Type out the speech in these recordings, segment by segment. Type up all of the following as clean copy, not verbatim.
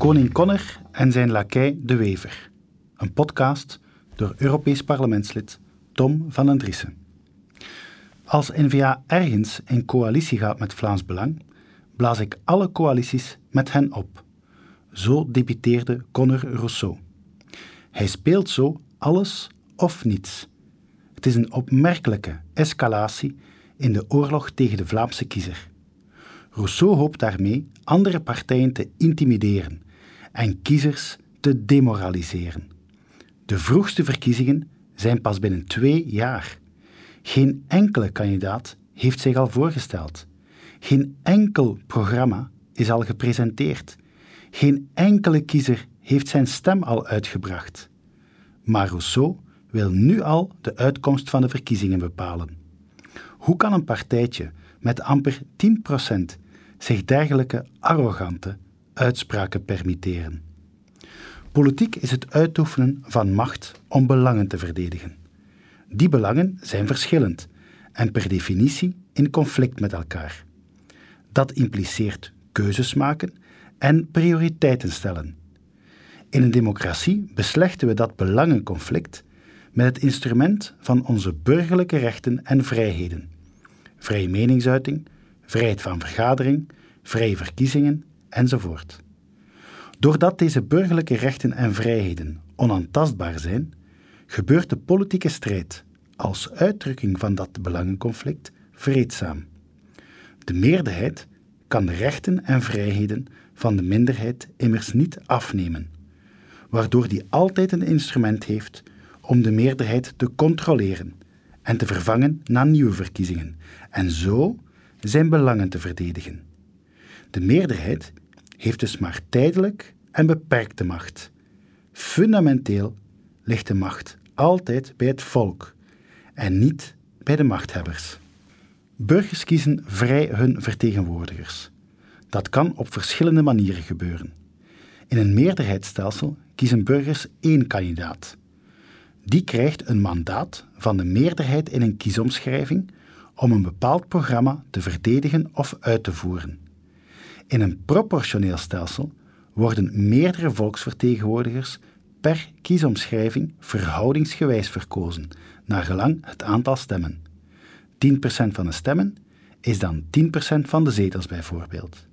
Koning Conor en zijn lakei De Wever. Een podcast door Europees parlementslid Tom van den Driessen. Als N-VA ergens in coalitie gaat met Vlaams Belang, blaas ik alle coalities met hen op. Zo debuteerde Conor Rousseau. Hij speelt zo alles of niets. Het is een opmerkelijke escalatie in de oorlog tegen de Vlaamse kiezer. Rousseau hoopt daarmee andere partijen te intimideren en kiezers te demoraliseren. De vroegste verkiezingen zijn pas binnen 2 jaar. Geen enkele kandidaat heeft zich al voorgesteld. Geen enkel programma is al gepresenteerd. Geen enkele kiezer heeft zijn stem al uitgebracht. Maar Rousseau wil nu al de uitkomst van de verkiezingen bepalen. Hoe kan een partijtje met amper 10% zich dergelijke arrogante uitspraken permitteren? Politiek is het uitoefenen van macht om belangen te verdedigen. Die belangen zijn verschillend en per definitie in conflict met elkaar. Dat impliceert keuzes maken en prioriteiten stellen. In een democratie beslechten we dat belangenconflict met het instrument van onze burgerlijke rechten en vrijheden. Vrije meningsuiting, vrijheid van vergadering, vrije verkiezingen enzovoort. Doordat deze burgerlijke rechten en vrijheden onaantastbaar zijn, gebeurt de politieke strijd als uitdrukking van dat belangenconflict vreedzaam. De meerderheid kan de rechten en vrijheden van de minderheid immers niet afnemen, waardoor die altijd een instrument heeft om de meerderheid te controleren en te vervangen na nieuwe verkiezingen en zo zijn belangen te verdedigen. De meerderheid heeft dus maar tijdelijk en beperkte macht. Fundamenteel ligt de macht altijd bij het volk en niet bij de machthebbers. Burgers kiezen vrij hun vertegenwoordigers. Dat kan op verschillende manieren gebeuren. In een meerderheidsstelsel kiezen burgers 1 kandidaat. Die krijgt een mandaat van de meerderheid in een kiesomschrijving om een bepaald programma te verdedigen of uit te voeren. In een proportioneel stelsel worden meerdere volksvertegenwoordigers per kiesomschrijving verhoudingsgewijs verkozen, naar gelang het aantal stemmen. 10% van de stemmen is dan 10% van de zetels bijvoorbeeld.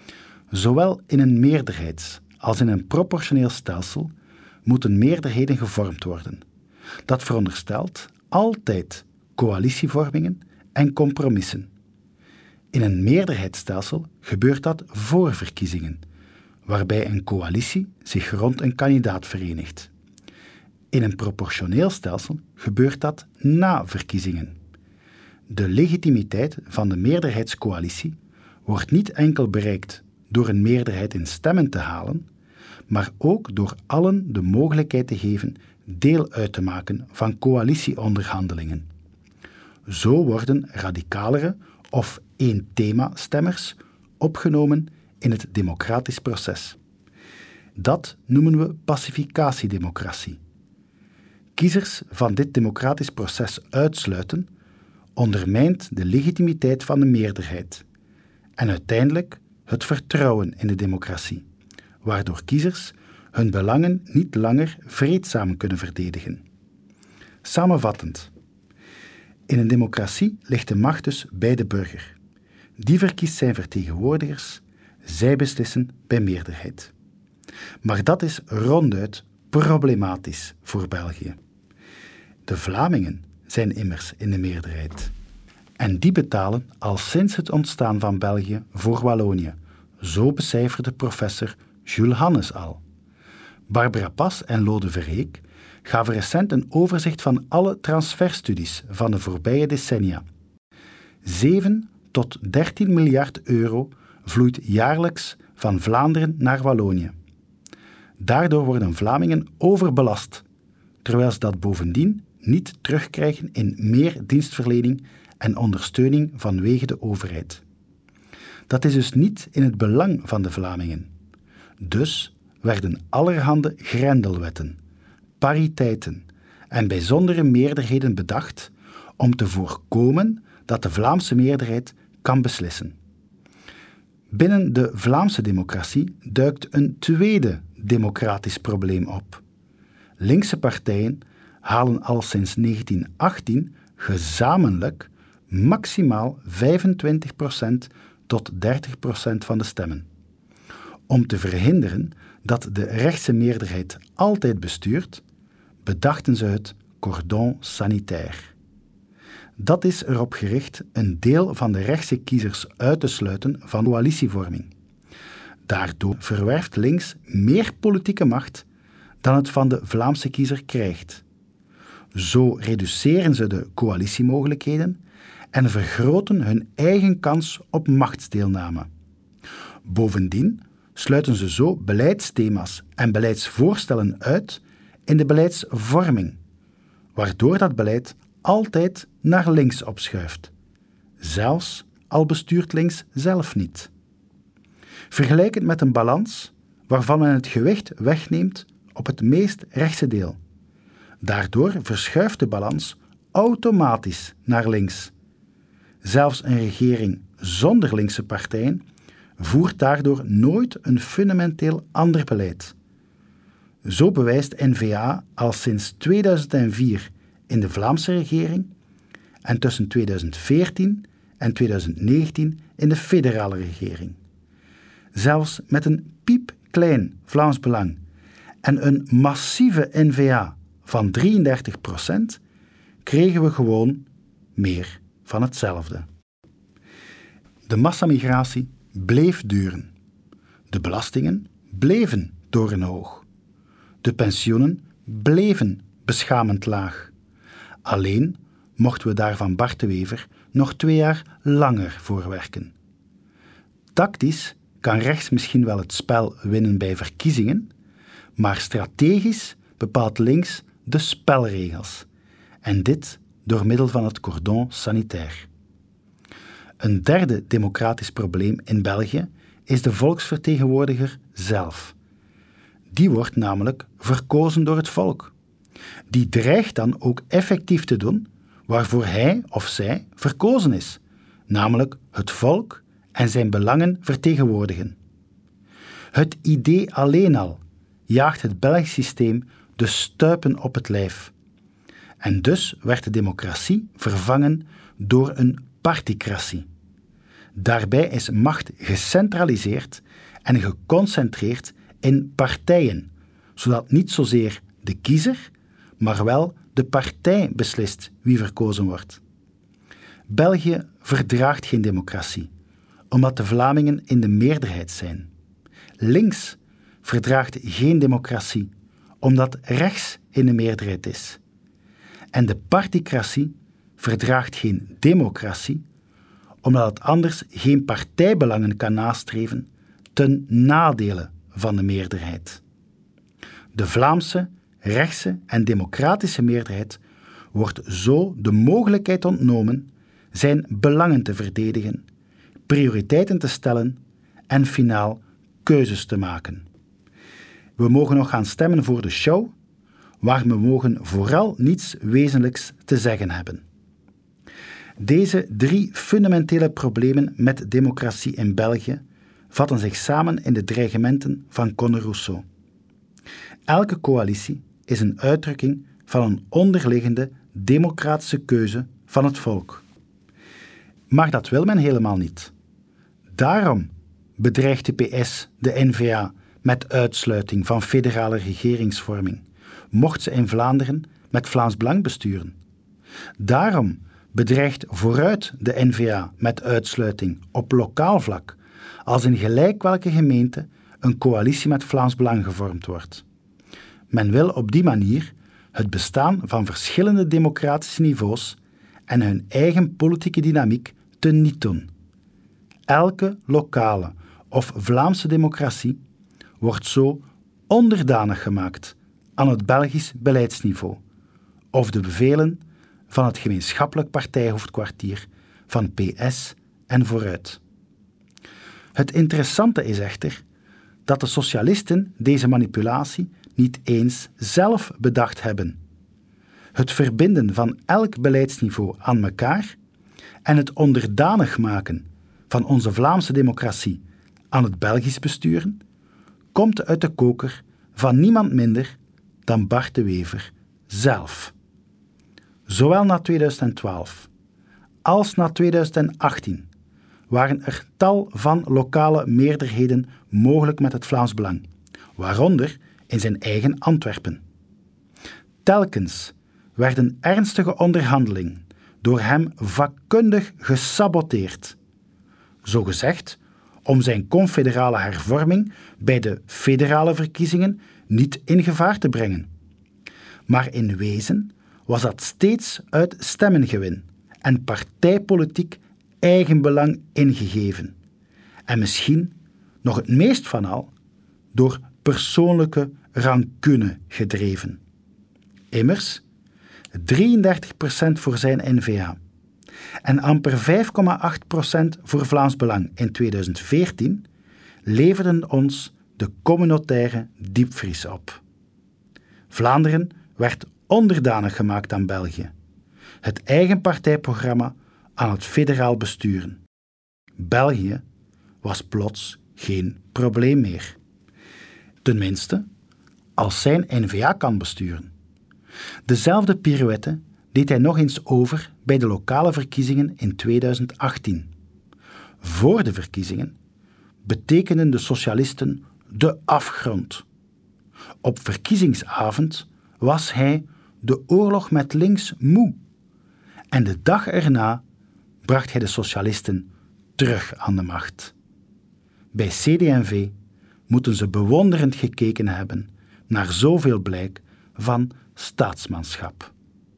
Zowel in een meerderheids- als in een proportioneel stelsel moeten meerderheden gevormd worden. Dat veronderstelt altijd coalitievormingen en compromissen. In een meerderheidsstelsel gebeurt dat voor verkiezingen, waarbij een coalitie zich rond een kandidaat verenigt. In een proportioneel stelsel gebeurt dat na verkiezingen. De legitimiteit van de meerderheidscoalitie wordt niet enkel bereikt door een meerderheid in stemmen te halen, maar ook door allen de mogelijkheid te geven deel uit te maken van coalitieonderhandelingen. Zo worden radicalere of één-thema-stemmers opgenomen in het democratisch proces. Dat noemen we pacificatiedemocratie. Kiezers van dit democratisch proces uitsluiten ondermijnt de legitimiteit van de meerderheid en uiteindelijk het vertrouwen in de democratie, waardoor kiezers hun belangen niet langer vreedzaam kunnen verdedigen. Samenvattend. In een democratie ligt de macht dus bij de burger. Die verkiest zijn vertegenwoordigers, zij beslissen bij meerderheid. Maar dat is ronduit problematisch voor België. De Vlamingen zijn immers in de meerderheid. En die betalen al sinds het ontstaan van België voor Wallonië, zo becijferde professor Jules Hannes al. Barbara Pas en Lode Verheek gaven recent een overzicht van alle transferstudies van de voorbije decennia. 7 tot 13 miljard euro vloeit jaarlijks van Vlaanderen naar Wallonië. Daardoor worden Vlamingen overbelast, terwijl ze dat bovendien niet terugkrijgen in meer dienstverlening en ondersteuning vanwege de overheid. Dat is dus niet in het belang van de Vlamingen. Dus werden allerhande grendelwetten, pariteiten en bijzondere meerderheden bedacht om te voorkomen dat de Vlaamse meerderheid kan beslissen. Binnen de Vlaamse democratie duikt een tweede democratisch probleem op. Linkse partijen halen al sinds 1918 gezamenlijk maximaal 25% tot 30% van de stemmen. Om te verhinderen dat de rechtse meerderheid altijd bestuurt, bedachten ze het cordon sanitaire. Dat is erop gericht een deel van de rechtse kiezers uit te sluiten van coalitievorming. Daardoor verwerft links meer politieke macht dan het van de Vlaamse kiezer krijgt. Zo reduceren ze de coalitiemogelijkheden en vergroten hun eigen kans op machtsdeelname. Bovendien sluiten ze zo beleidsthema's en beleidsvoorstellen uit in de beleidsvorming, waardoor dat beleid altijd naar links opschuift, zelfs al bestuurt links zelf niet. Vergelijk het met een balans waarvan men het gewicht wegneemt op het meest rechtse deel. Daardoor verschuift de balans automatisch naar links. Zelfs een regering zonder linkse partijen voert daardoor nooit een fundamenteel ander beleid. Zo bewijst N-VA al sinds 2004 in de Vlaamse regering en tussen 2014 en 2019 in de federale regering. Zelfs met een piepklein Vlaams Belang en een massieve N-VA van 33% kregen we gewoon meer van hetzelfde. De massamigratie bleef duren. De belastingen bleven torenhoog. De pensioenen bleven beschamend laag. Alleen mochten we daar van Bart de Wever nog 2 jaar langer voor werken. Tactisch kan rechts misschien wel het spel winnen bij verkiezingen, maar strategisch bepaalt links de spelregels. En dit door middel van het cordon sanitaire. Een derde democratisch probleem in België is de volksvertegenwoordiger zelf. Die wordt namelijk verkozen door het volk. Die dreigt dan ook effectief te doen waarvoor hij of zij verkozen is, namelijk het volk en zijn belangen vertegenwoordigen. Het idee alleen al jaagt het Belgisch systeem de stuipen op het lijf. En dus werd de democratie vervangen door een particratie. Daarbij is macht gecentraliseerd en geconcentreerd in partijen, zodat niet zozeer de kiezer, maar wel de partij beslist wie verkozen wordt. België verdraagt geen democratie, omdat de Vlamingen in de meerderheid zijn. Links verdraagt geen democratie, omdat rechts in de meerderheid is. En de particratie verdraagt geen democratie, omdat het anders geen partijbelangen kan nastreven ten nadele van de meerderheid. De Vlaamse, rechtse en democratische meerderheid wordt zo de mogelijkheid ontnomen zijn belangen te verdedigen, prioriteiten te stellen en finaal keuzes te maken. We mogen nog gaan stemmen voor de show, maar we mogen vooral niets wezenlijks te zeggen hebben. Deze 3 fundamentele problemen met democratie in België vatten zich samen in de dreigementen van Conor Rousseau. Elke coalitie is een uitdrukking van een onderliggende democratische keuze van het volk. Maar dat wil men helemaal niet. Daarom bedreigt de PS de N-VA met uitsluiting van federale regeringsvorming, mocht ze in Vlaanderen met Vlaams Belang besturen. Daarom bedreigt Vooruit de N-VA met uitsluiting op lokaal vlak, als in gelijk welke gemeente een coalitie met Vlaams Belang gevormd wordt. Men wil op die manier het bestaan van verschillende democratische niveaus en hun eigen politieke dynamiek teniet doen. Elke lokale of Vlaamse democratie wordt zo onderdanig gemaakt aan het Belgisch beleidsniveau of de bevelen van het gemeenschappelijk partijhoofdkwartier van PS en Vooruit. Het interessante is echter dat de socialisten deze manipulatie niet eens zelf bedacht hebben. Het verbinden van elk beleidsniveau aan elkaar en het onderdanig maken van onze Vlaamse democratie aan het Belgisch besturen komt uit de koker van niemand minder dan Bart de Wever zelf. Zowel na 2012 als na 2018 waren er tal van lokale meerderheden mogelijk met het Vlaams Belang, waaronder in zijn eigen Antwerpen. Telkens werden ernstige onderhandelingen door hem vakkundig gesaboteerd, zogezegd om zijn confederale hervorming bij de federale verkiezingen niet in gevaar te brengen. Maar in wezen was dat steeds uit stemmengewin en partijpolitiek eigenbelang ingegeven. En misschien, nog het meest van al, door persoonlijke rancune gedreven. Immers, 33% voor zijn N-VA en amper 5,8% voor Vlaams Belang in 2014 leverden ons de communautaire diepvries op. Vlaanderen werd onderdanig gemaakt aan België, het eigen partijprogramma aan het federaal besturen. België was plots geen probleem meer. Tenminste, als zijn N-VA kan besturen. Dezelfde pirouette deed hij nog eens over bij de lokale verkiezingen in 2018. Voor de verkiezingen betekenden de socialisten de afgrond. Op verkiezingsavond was hij de oorlog met links moe. En de dag erna bracht hij de socialisten terug aan de macht. Bij CD&V moeten ze bewonderend gekeken hebben naar zoveel blijk van staatsmanschap.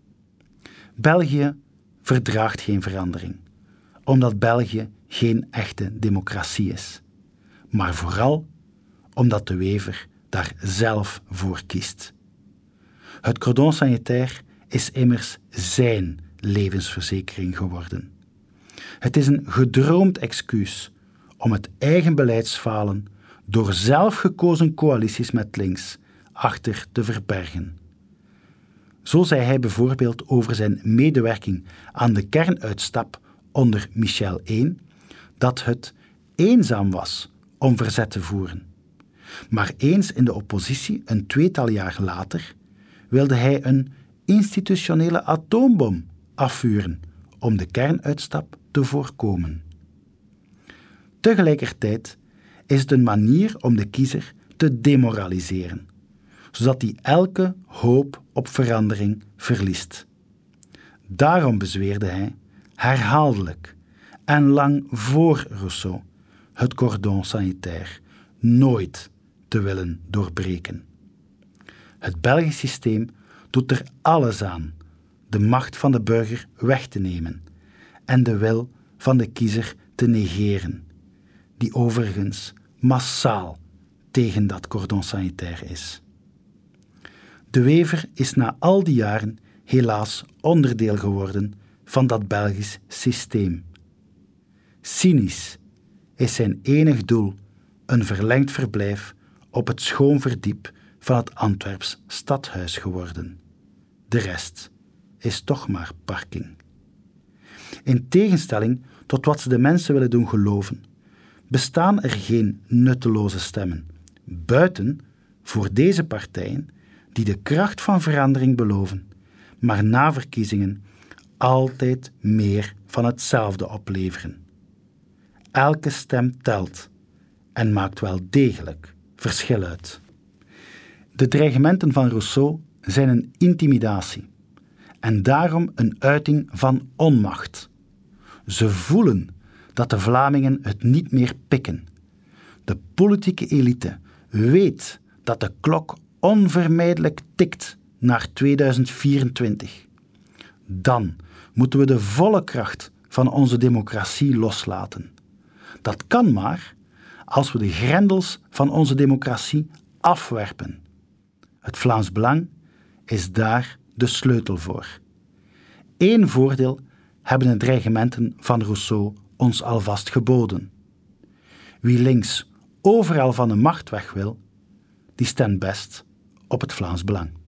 België verdraagt geen verandering, omdat België geen echte democratie is. Maar vooral omdat de Wever daar zelf voor kiest. Het cordon sanitaire is immers zijn levensverzekering geworden. Het is een gedroomd excuus om het eigen beleidsfalen door zelfgekozen coalities met links achter te verbergen. Zo zei hij bijvoorbeeld over zijn medewerking aan de kernuitstap onder Michel I dat het eenzaam was om verzet te voeren. Maar eens in de oppositie, een tweetal jaar later, wilde hij een institutionele atoombom afvuren om de kernuitstap te voorkomen. Tegelijkertijd is het een manier om de kiezer te demoraliseren, zodat hij elke hoop op verandering verliest. Daarom bezweerde hij, herhaaldelijk en lang voor Rousseau, het cordon sanitaire nooit te willen doorbreken. Het Belgisch systeem doet er alles aan de macht van de burger weg te nemen en de wil van de kiezer te negeren, die overigens massaal tegen dat cordon sanitaire is. De Wever is na al die jaren helaas onderdeel geworden van dat Belgisch systeem. Cynisch is zijn enig doel een verlengd verblijf op het schoonverdiep van het Antwerps stadhuis geworden. De rest is toch maar parking. In tegenstelling tot wat ze de mensen willen doen geloven, bestaan er geen nutteloze stemmen, buiten voor deze partijen die de kracht van verandering beloven, maar na verkiezingen altijd meer van hetzelfde opleveren. Elke stem telt en maakt wel degelijk verschil uit. De dreigementen van Rousseau zijn een intimidatie en daarom een uiting van onmacht. Ze voelen dat de Vlamingen het niet meer pikken. De politieke elite weet dat de klok onvermijdelijk tikt naar 2024. Dan moeten we de volle kracht van onze democratie loslaten. Dat kan maar als we de grendels van onze democratie afwerpen. Het Vlaams Belang is daar de sleutel voor. Eén voordeel hebben de dreigementen van Rousseau ons alvast geboden. Wie links overal van de macht weg wil, die stemt best op het Vlaams Belang.